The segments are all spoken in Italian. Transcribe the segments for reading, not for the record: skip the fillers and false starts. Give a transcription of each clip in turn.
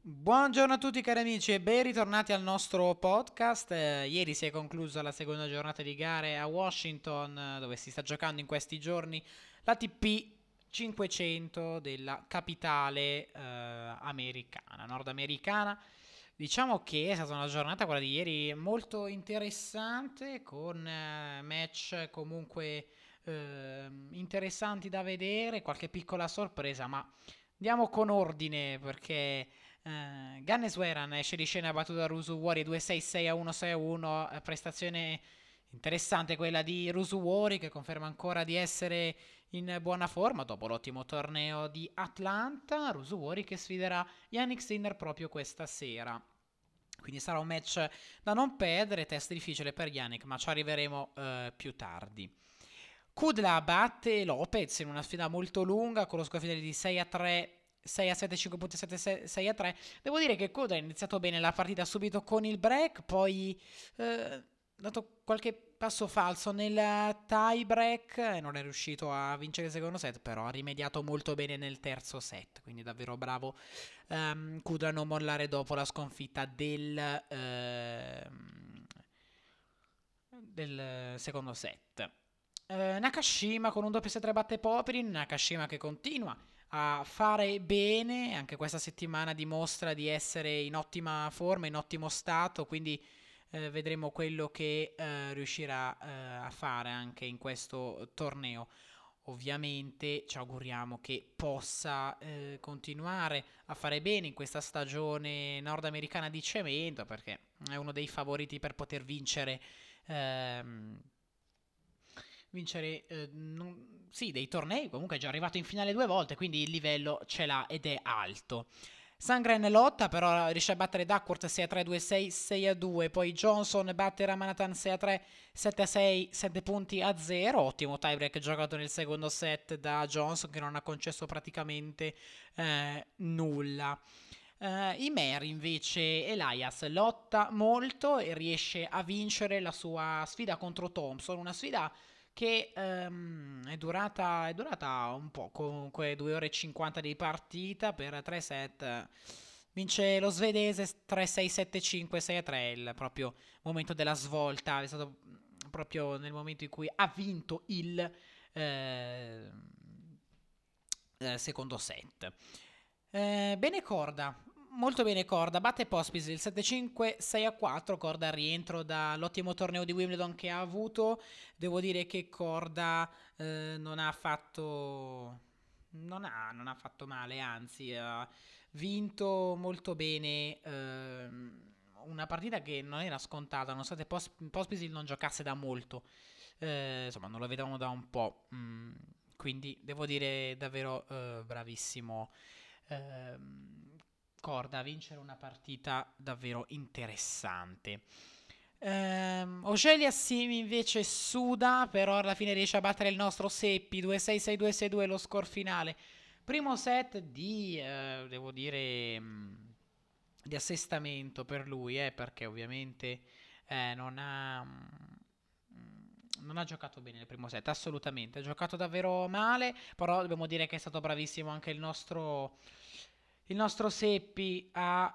Buongiorno a tutti cari amici e ben ritornati al nostro podcast. Ieri si è conclusa la seconda giornata di gare a Washington, dove si sta giocando in questi giorni l'ATP 500 della capitale americana, nordamericana. Diciamo che è stata una giornata, quella di ieri, molto interessante, con match comunque interessanti da vedere, qualche piccola sorpresa, ma andiamo con ordine perché Gannes Weran esce di scena battuto da Rusu Wari 2-6-6-1, 6-1. Prestazione interessante quella di Rusu Wari, che conferma ancora di essere in buona forma dopo l'ottimo torneo di Atlanta. Rusu Wari che sfiderà Yannick Sinner proprio questa sera. Quindi sarà un match da non perdere, test difficile per Yannick, ma ci arriveremo più tardi. Kudla batte Lopez in una sfida molto lunga con lo score finale di 6-3, 6-7, 5.7, 6-3. Devo dire che Kudla ha iniziato bene la partita subito con il break, poi ha dato qualche passo falso nel tie break e non è riuscito a vincere il secondo set, però ha rimediato molto bene nel terzo set, quindi davvero bravo Kudla a non mollare dopo la sconfitta del secondo set. Nakashima con un doppio set 3 batte Popperin. Nakashima che continua a fare bene. Anche questa settimana dimostra di essere in ottima forma, in ottimo stato. Quindi vedremo quello che riuscirà a fare anche in questo torneo. Ovviamente ci auguriamo che possa continuare a fare bene in questa stagione nordamericana di cemento, perché è uno dei favoriti per poter ehm, vincere sì, dei tornei. Comunque è già arrivato in finale due volte, quindi il livello ce l'ha ed è alto. Sangren lotta, però riesce a battere Duckworth 6-3, 2-6, 6-2. Poi Johnson batte Ramanathan 6-3, 7-6, 7 punti a 0. Ottimo tiebreak giocato nel secondo set da Johnson, che non ha concesso praticamente nulla. Imer invece Elias lotta molto e riesce a vincere la sua sfida contro Thompson, una sfida che è durata un po', comunque 2 ore e 50 di partita per 3 set. Vince lo svedese 3-6, 7-5, 6-3, il proprio momento della svolta, è stato proprio nel momento in cui ha vinto il eh, secondo set. Bene Corda, molto bene Corda, batte Pospisil 7-5, 6-4, Corda al rientro dall'ottimo torneo di Wimbledon che ha avuto. Devo dire che Corda non ha fatto... non ha fatto male, anzi ha vinto molto bene una partita che non era scontata, nonostante Pospisil non giocasse da molto. Insomma, non lo vedevamo da un po'. Quindi devo dire davvero bravissimo ehm, Corda a vincere una partita davvero interessante. Ocelia Simi invece suda, però alla fine riesce a battere il nostro Seppi 2-6, 6-2, 6-2 lo score finale. Primo set devo dire, di assestamento per lui, perché ovviamente non ha giocato bene il primo set, assolutamente. Ha giocato davvero male, però dobbiamo dire che è stato bravissimo anche il nostro Seppi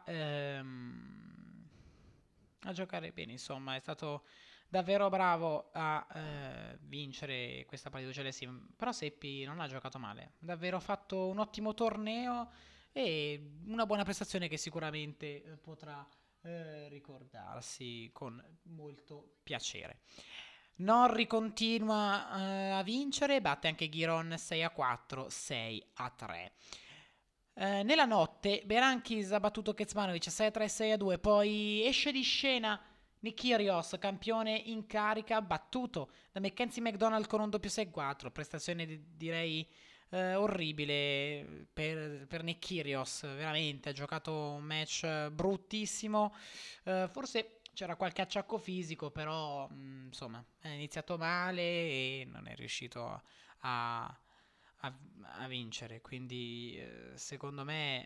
a giocare bene. Insomma, è stato davvero bravo a vincere questa partita celesti. Però Seppi non ha giocato male. Ha davvero fatto un ottimo torneo e una buona prestazione che sicuramente potrà ricordarsi con molto piacere. Norri continua a vincere, batte anche Giron 6 a 4, 6 a 3. Nella notte Berankis ha battuto Kecmanovic 6 a 3, 6 a 2, poi esce di scena Nick Kyrgios, campione in carica, battuto da Mackenzie McDonald con un doppio 6 a 4, prestazione direi orribile per Nick Kyrgios, veramente ha giocato un match bruttissimo. Forse c'era qualche acciacco fisico, però insomma è iniziato male e non è riuscito a, a- a vincere. Quindi secondo me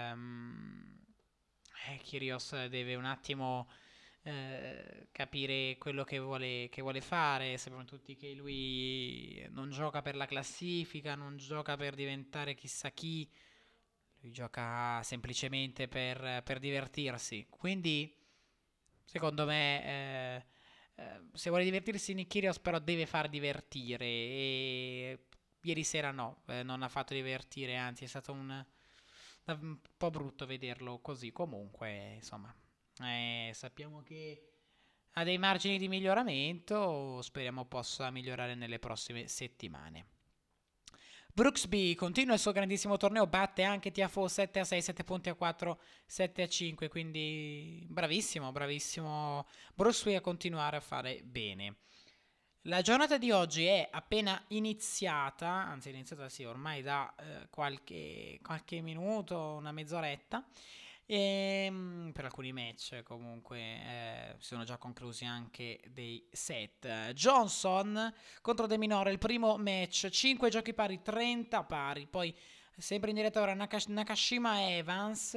Kyrgios deve un attimo capire quello che vuole fare. Sappiamo tutti che lui non gioca per la classifica, non gioca per diventare chissà chi. lui gioca semplicemente per divertirsi. Quindi, secondo me, se vuole divertirsi Nick Kyrgios però deve far divertire. E ieri sera no, non ha fatto divertire, anzi è stato un po' brutto vederlo così. Comunque, insomma, sappiamo che ha dei margini di miglioramento, speriamo possa migliorare nelle prossime settimane. Brooksby continua il suo grandissimo torneo, batte anche Tiafoe 7-6, 7 punti a 4, 7-5, quindi bravissimo, bravissimo Brooksby a continuare a fare bene. La giornata di oggi è appena iniziata, anzi è iniziata sì ormai da qualche minuto, una mezz'oretta, per alcuni match comunque si sono già conclusi anche dei set. Johnson contro De Minore, il primo match, 5 giochi pari, 30 pari, poi sempre in diretta ora Nakashima Evans,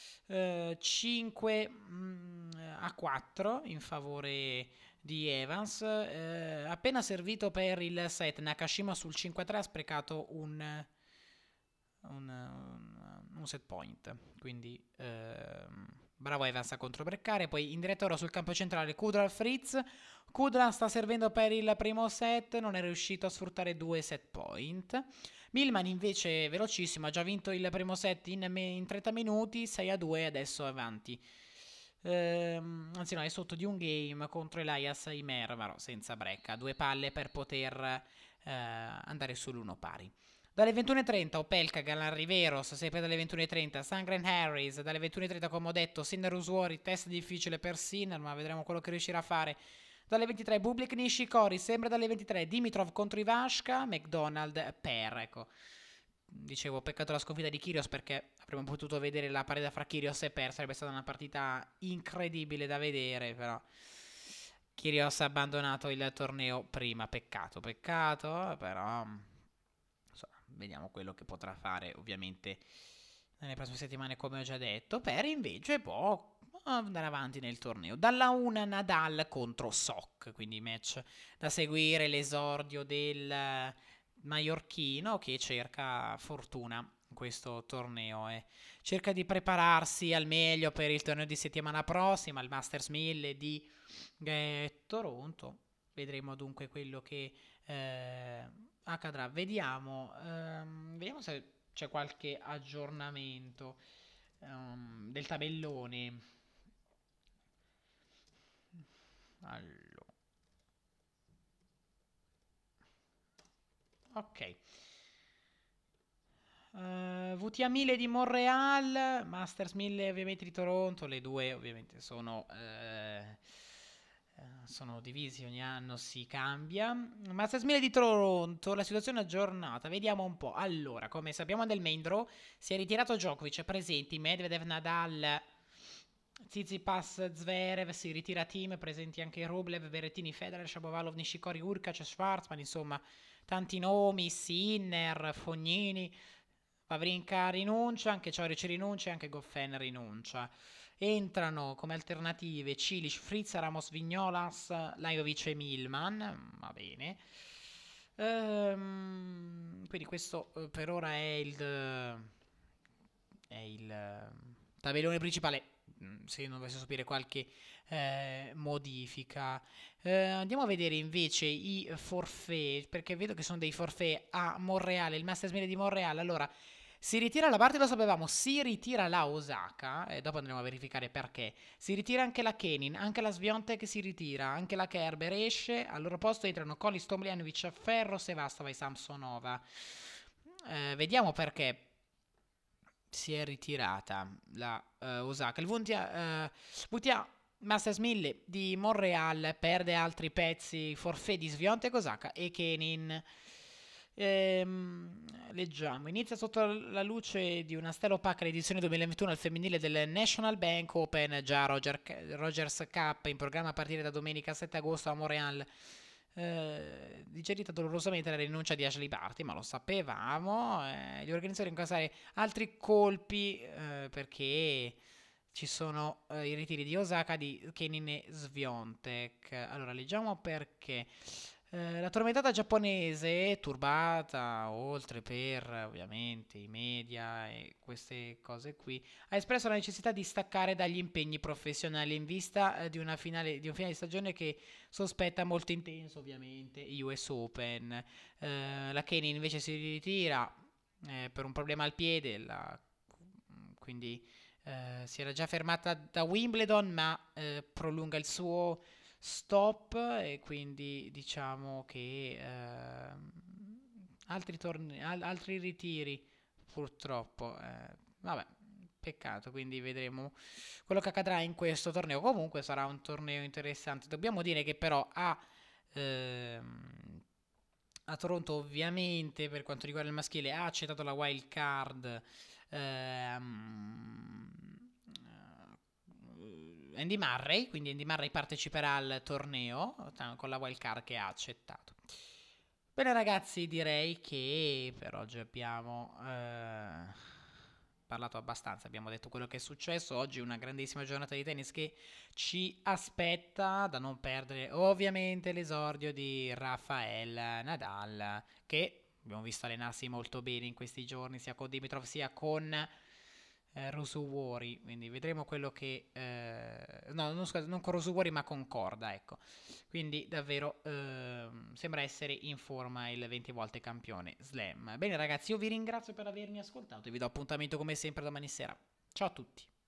5 a 4 in favore di Evans, appena servito per il set. Nakashima sul 5-3 ha sprecato un set point, quindi bravo Evans a controbreccare. Poi in diretta ora sul campo centrale Kudra Fritz. Kudra sta servendo per il primo set, non è riuscito a sfruttare 2 set point. Millman invece velocissimo, ha già vinto il primo set in 30 minuti, 6-2, adesso è avanti. Anzi no, è sotto di un game contro Elias Imer, ma no, senza break, ha 2 palle per poter andare sull'1 pari. Dalle 21.30 Opelka, Galan Riveros, sempre dalle 21.30 Sangren Harris, dalle 21.30 come ho detto Sinner Usuori, test difficile per Sinner, ma vedremo quello che riuscirà a fare. Dalle 23 Bublik Nishikori, sempre dalle 23 Dimitrov contro Ivashka, McDonald per, ecco. Dicevo, peccato la sconfitta di Kyrgios perché avremmo potuto vedere la partita fra Kyrgios e Per, sarebbe stata una partita incredibile da vedere, però Kyrgios ha abbandonato il torneo prima, peccato, però insomma, vediamo quello che potrà fare ovviamente nelle prossime settimane come ho già detto. Per invece può andare avanti nel torneo. Dalla 1 Nadal contro Sock, quindi match da seguire, l'esordio del maiorchino che cerca fortuna in questo torneo e cerca di prepararsi al meglio per il torneo di settimana prossima, il Masters 1000 di Toronto. Vedremo dunque quello che accadrà. Vediamo se c'è qualche aggiornamento del tabellone. Allora, ok. VTA 1000 di Montreal, Masters 1000 ovviamente di Toronto, le due ovviamente sono divisi, ogni anno si cambia. Masters 1000 di Toronto, la situazione aggiornata, vediamo un po'. Allora, come sappiamo nel main draw, si è ritirato Djokovic, presenti Medvedev, Nadal, Tsitsipas, Zverev, si ritira team, presenti anche Rublev, Berrettini, Federer, Shapovalov, Nishikori, Urkac, Schwarzman, insomma, tanti nomi, Sinner, Fognini, Wawrinka rinuncia, anche Cioric rinuncia, anche Goffin rinuncia. Entrano come alternative Cilic, Fritz, Ramos, Vignolas, Lajovic e Milman. Va bene. Quindi questo per ora è il tabellone principale. Se non dovesse sapere qualche modifica. Andiamo a vedere invece i forfait, perché vedo che sono dei forfait a Monreale, il Masters 1000 di Monreale. Allora, si ritira la parte, lo sapevamo, si ritira la Osaka, e dopo andremo a verificare perché. Si ritira anche la Kenin, anche la Swiatek si ritira, anche la Kerber esce, al loro posto entrano Kolis, Tomljanovic, Ferro, Sevastova e Samsonova. Vediamo perché si è ritirata la Osaka. Il VTA Masters 1000 di Monreal perde altri pezzi, forfait di Swiatek, Osaka e Kenin. Leggiamo, inizia sotto la luce di una stella opaca l'edizione 2021 al femminile del National Bank Open, già Rogers Cup, in programma a partire da domenica 7 agosto a Montreal. Digerita dolorosamente la rinuncia di Ashley Barty, ma lo sapevamo. Gli organizzatori incassare altri colpi perché ci sono i ritiri di Osaka, di Kenin e Swiatek. Allora leggiamo perché La tormentata giapponese, turbata oltre per ovviamente i media e queste cose qui, ha espresso la necessità di staccare dagli impegni professionali in vista di un finale di stagione che sospetta molto intenso, ovviamente, US Open. La Kenin invece si ritira per un problema al piede, quindi si era già fermata da Wimbledon, ma prolunga il suo stop e quindi diciamo che altri ritiri purtroppo. Vabbè, peccato, quindi vedremo quello che accadrà in questo torneo. Comunque sarà un torneo interessante. Dobbiamo dire che però ehm, a Toronto ovviamente per quanto riguarda il maschile ha accettato la wild card Andy Murray, quindi Andy Murray parteciperà al torneo con la wild card che ha accettato. Bene ragazzi, direi che per oggi abbiamo parlato abbastanza, abbiamo detto quello che è successo. Oggi è una grandissima giornata di tennis che ci aspetta, da non perdere ovviamente l'esordio di Rafael Nadal, che abbiamo visto allenarsi molto bene in questi giorni, sia con Dimitrov sia con Rosuwori, quindi vedremo quello che no, non, scusa, non con Rosuwori ma con Corda, ecco. Quindi davvero sembra essere in forma il 20 volte campione slam. Bene ragazzi, io vi ringrazio per avermi ascoltato e vi do appuntamento come sempre domani sera. Ciao a tutti.